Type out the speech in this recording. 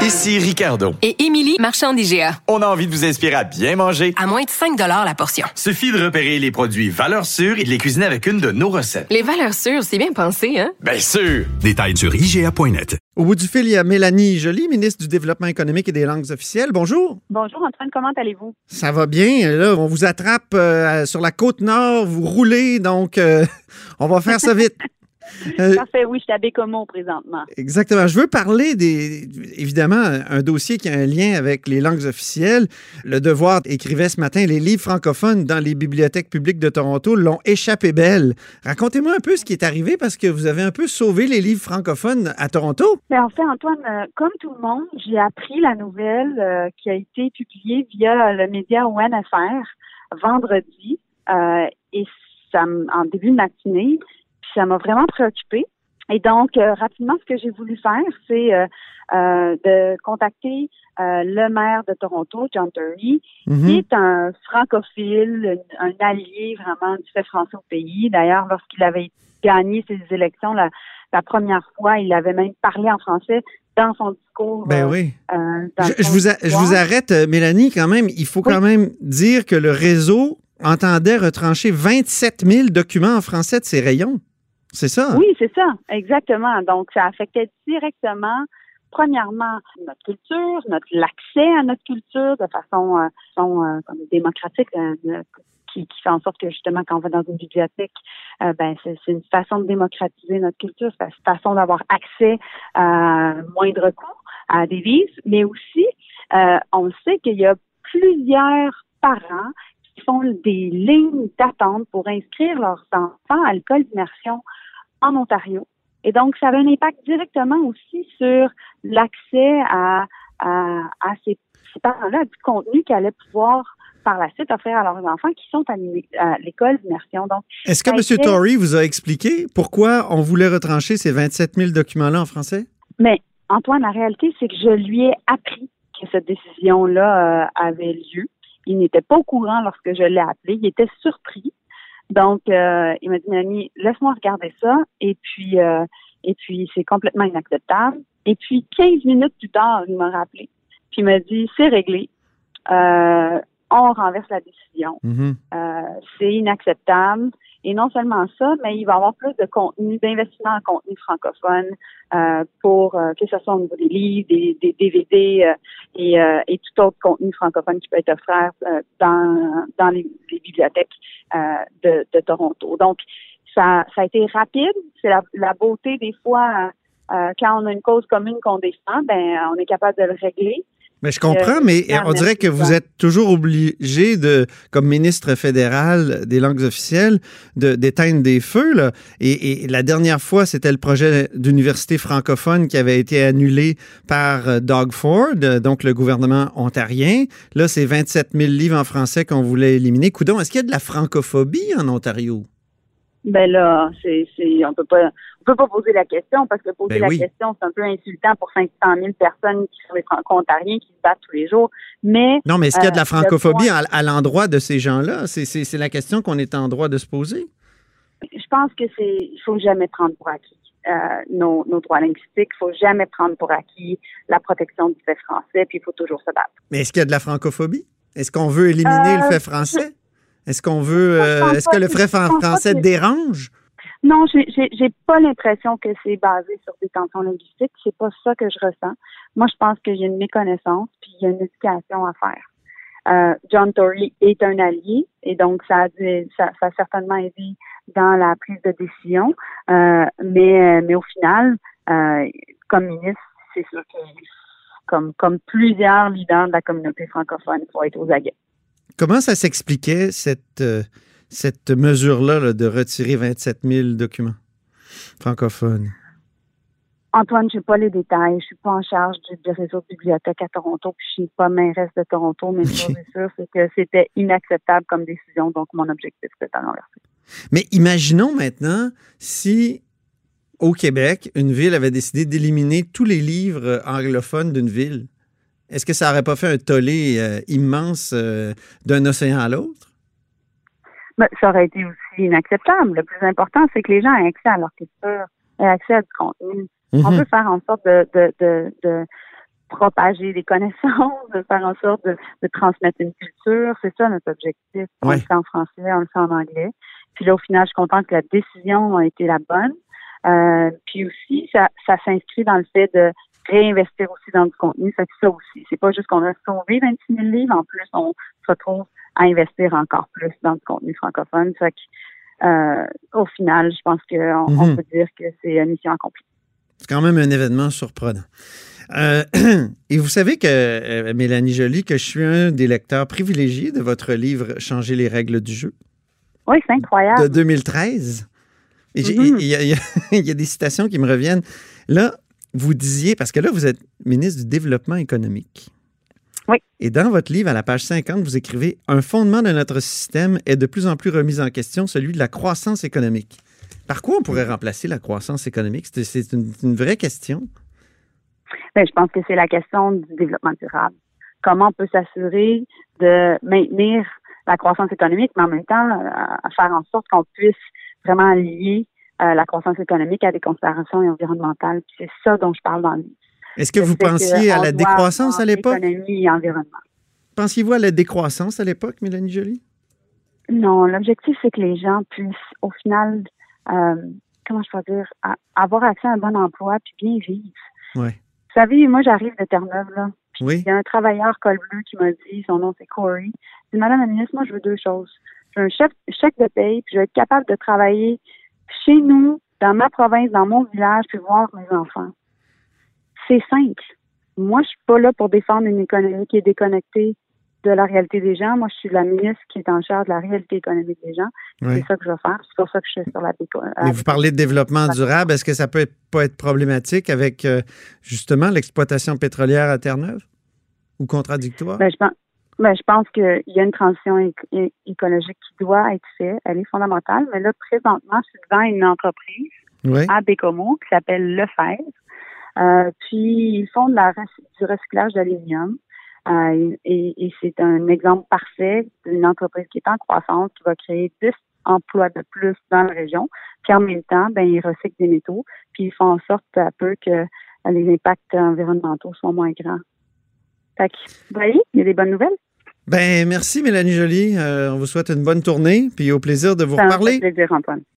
Ici Ricardo. Et Émilie, marchand d'IGA. On a envie de vous inspirer à bien manger. À moins de 5 $ la portion. Suffit de repérer les produits valeurs sûres et de les cuisiner avec une de nos recettes. Les valeurs sûres, c'est bien pensé, hein? Bien sûr! Détails sur IGA.net. Au bout du fil, il y a Mélanie Joly, ministre du Développement économique et des langues officielles. Bonjour. Bonjour Antoine, comment allez-vous? Ça va bien. Là, on vous attrape sur la côte nord, vous roulez, donc on va faire ça vite. Parfait, oui, je suis à Bécomo présentement. Exactement. Je veux parler évidemment, un dossier qui a un lien avec les langues officielles. Le Devoir écrivait ce matin, les livres francophones dans les bibliothèques publiques de Toronto l'ont échappé belle. Racontez-moi un peu ce qui est arrivé parce que vous avez un peu sauvé les livres francophones à Toronto. En fait, Antoine, comme tout le monde, j'ai appris la nouvelle qui a été publiée via le média ONFR vendredi et ça, en début de matinée. Ça m'a vraiment préoccupée. Et donc, rapidement, ce que j'ai voulu faire, c'est de contacter le maire de Toronto, John Tory, qui est un francophile, un allié vraiment du fait français au pays. D'ailleurs, lorsqu'il avait gagné ses élections la première fois, il avait même parlé en français dans son discours. Ben oui. Je vous arrête, Mélanie, quand même. Il faut quand même dire que le réseau entendait retrancher 27 000 documents en français de ses rayons. C'est ça? Oui, c'est ça, exactement. Donc, ça affectait directement, premièrement, notre culture, l'accès à notre culture de façon comme démocratique, qui fait en sorte que, justement, quand on va dans une bibliothèque, c'est une façon de démocratiser notre culture, c'est une façon d'avoir accès à moindre coût à des livres, mais aussi, on sait qu'il y a plusieurs parents qui font des lignes d'attente pour inscrire leurs enfants à l'école d'immersion en Ontario. Et donc, ça avait un impact directement aussi sur l'accès à ces parents-là, du contenu qu'ils allaient pouvoir par la suite offrir à leurs enfants qui sont à l'école d'immersion. Donc, est-ce que M. Tory vous a expliqué pourquoi on voulait retrancher ces 27 000 documents-là en français? Mais Antoine, la réalité, c'est que je lui ai appris que cette décision-là avait lieu. Il n'était pas au courant lorsque je l'ai appelé. Il était surpris. Donc, il m'a dit, Mélanie, laisse-moi regarder ça. Et puis, c'est complètement inacceptable. Et puis, 15 minutes plus tard, il m'a rappelé. Puis, il m'a dit, c'est réglé. On renverse la décision. C'est inacceptable. Et non seulement ça, mais il va y avoir plus de contenu, d'investissement en contenu francophone pour que ce soit au niveau des livres, des DVD et tout autre contenu francophone qui peut être offert dans les bibliothèques de Toronto. Donc, ça a été rapide. C'est la beauté des fois quand on a une cause commune qu'on défend, on est capable de le régler. Mais je comprends, mais on dirait que vous êtes toujours obligé comme ministre fédéral des langues officielles, d'éteindre des feux, là. Et la dernière fois, c'était le projet d'université francophone qui avait été annulé par Doug Ford, donc le gouvernement ontarien. Là, c'est 27 000 livres en français qu'on voulait éliminer. Coudon, est-ce qu'il y a de la francophobie en Ontario? Ben là, on peut pas poser la question parce que poser la question, c'est un peu insultant pour 500 000 personnes qui sont des franco-ontariens qui se battent tous les jours. Mais non, mais est-ce qu'il y a de la francophobie à l'endroit de ces gens-là? C'est la question qu'on est en droit de se poser. Je pense que il faut jamais prendre pour acquis nos droits linguistiques. Il faut jamais prendre pour acquis la protection du fait français. Puis il faut toujours se battre. Mais est-ce qu'il y a de la francophobie? Est-ce qu'on veut éliminer le fait français? Est-ce qu'on veut est-ce que le fait français dérange? Non, j'ai pas l'impression que c'est basé sur des tensions linguistiques. C'est pas ça que je ressens. Moi, je pense qu'il y a une méconnaissance puis il y a une éducation à faire. John Tory est un allié et donc ça a certainement aidé dans la prise de décision. Mais au final, comme ministre, c'est sûr que comme plusieurs leaders de la communauté francophone, il faut être aux aguets. Comment ça s'expliquait, cette mesure-là là, de retirer 27 000 documents francophones? Antoine, je n'ai pas les détails. Je suis pas en charge du réseau de bibliothèques à Toronto, puis je ne suis pas mairesse de Toronto, mais ce que c'est sûr, c'est que c'était inacceptable comme décision, donc mon objectif, c'était à renverser. Mais imaginons maintenant si, au Québec, une ville avait décidé d'éliminer tous les livres anglophones d'une ville. Est-ce que ça n'aurait pas fait un tollé immense d'un océan à l'autre? Ben, ça aurait été aussi inacceptable. Le plus important, c'est que les gens aient accès à leur culture, aient accès à du contenu. On peut faire en sorte de propager des connaissances, de faire en sorte de transmettre une culture. C'est ça notre objectif. On le fait en français, on le fait en anglais. Puis là, au final, je suis contente que la décision a été la bonne. Puis aussi, ça s'inscrit dans le fait de réinvestir aussi dans du contenu. Ça fait ça aussi. C'est pas juste qu'on a sauvé 26 000 livres. En plus, on se retrouve à investir encore plus dans du contenu francophone. Ça fait que, au final, je pense qu'on peut dire que c'est une mission accomplie. C'est quand même un événement surprenant. Et vous savez que, Mélanie Joly, que je suis un des lecteurs privilégiés de votre livre « Changer les règles du jeu ». Oui, c'est incroyable. De 2013. Et il y a des citations qui me reviennent. Là, vous disiez, parce que là, vous êtes ministre du Développement économique. Oui. Et dans votre livre, à la page 50, vous écrivez « Un fondement de notre système est de plus en plus remis en question, celui de la croissance économique ». Par quoi on pourrait remplacer la croissance économique? C'est une vraie question. Bien, je pense que c'est la question du développement durable. Comment on peut s'assurer de maintenir la croissance économique, mais en même temps, à faire en sorte qu'on puisse vraiment lier la croissance économique à des considérations environnementales. Puis c'est ça dont je parle dans le livre. Est-ce que vous pensiez à la décroissance à l'époque? Économie et environnement. Pensiez-vous à la décroissance à l'époque, Mélanie Joly? Non, l'objectif, c'est que les gens puissent, au final, comment je peux dire, avoir accès à un bon emploi puis bien vivre. Oui. Vous savez, moi, j'arrive de Terre-Neuve, là. Puis oui. Il y a un travailleur col bleu qui m'a dit, son nom c'est Corey, il dit, Madame la ministre, moi, je veux deux choses. Je veux un chèque de paye, puis je veux être capable de travailler chez nous, dans ma province, dans mon village, puis voir mes enfants. C'est simple. Moi, je suis pas là pour défendre une économie qui est déconnectée de la réalité des gens. Moi, je suis la ministre qui est en charge de la réalité économique des gens. Oui. C'est ça que je vais faire. C'est pour ça que je suis sur la Mais vous parlez de développement durable. Est-ce que ça peut pas être problématique avec, justement, l'exploitation pétrolière à Terre-Neuve? Ou contradictoire? Je pense qu'il y a une transition écologique qui doit être faite. Elle est fondamentale. Mais là, présentement, je suis devant une entreprise à Bécomo qui s'appelle Lefebvre. Puis, ils font du recyclage d'aluminium. Et c'est un exemple parfait d'une entreprise qui est en croissance, qui va créer 10 emplois de plus dans la région. Puis en même temps, ils recyclent des métaux, puis ils font en sorte peu à peu que les impacts environnementaux soient moins grands. Fait que, vous voyez, il y a des bonnes nouvelles. Merci Mélanie Joly. On vous souhaite une bonne tournée, puis au plaisir de vous reparler. Ça me fait plaisir, Antoine.